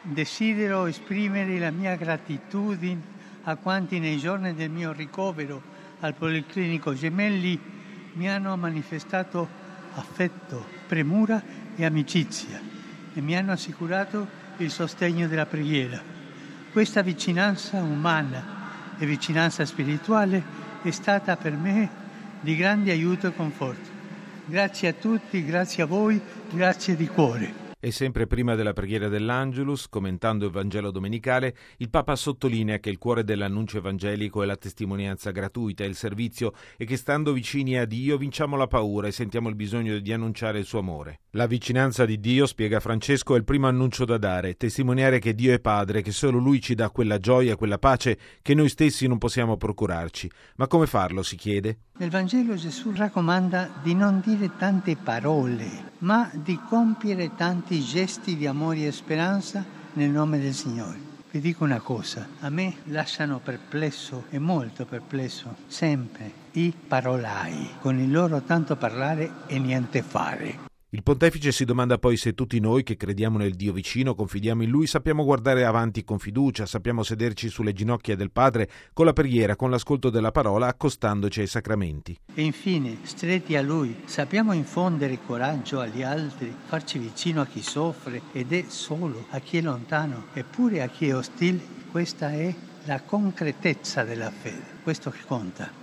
Desidero esprimere la mia gratitudine a quanti nei giorni del mio ricovero al Policlinico Gemelli mi hanno manifestato affetto, premura e amicizia e mi hanno assicurato il sostegno della preghiera. Questa vicinanza umana e vicinanza spirituale è stata per me di grande aiuto e conforto. Grazie a tutti, grazie a voi, grazie di cuore. E sempre prima della preghiera dell'Angelus, commentando il Vangelo domenicale, il Papa sottolinea che il cuore dell'annuncio evangelico è la testimonianza gratuita, il servizio e che stando vicini a Dio vinciamo la paura e sentiamo il bisogno di annunciare il suo amore. La vicinanza di Dio, spiega Francesco, è il primo annuncio da dare, testimoniare che Dio è Padre, che solo Lui ci dà quella gioia, quella pace che noi stessi non possiamo procurarci. Ma come farlo, si chiede? Nel Vangelo Gesù raccomanda di non dire tante parole, ma di compiere tanti gesti di amore e speranza nel nome del Signore. Vi dico una cosa, a me lasciano perplesso e molto perplesso sempre i parolai, con il loro tanto parlare e niente fare. Il pontefice si domanda poi se tutti noi che crediamo nel Dio vicino, confidiamo in Lui, sappiamo guardare avanti con fiducia, sappiamo sederci sulle ginocchia del Padre con la preghiera, con l'ascolto della parola, accostandoci ai sacramenti. E infine, stretti a Lui, sappiamo infondere coraggio agli altri, farci vicino a chi soffre ed è solo, a chi è lontano, eppure a chi è ostile. Questa è la concretezza della fede, questo che conta.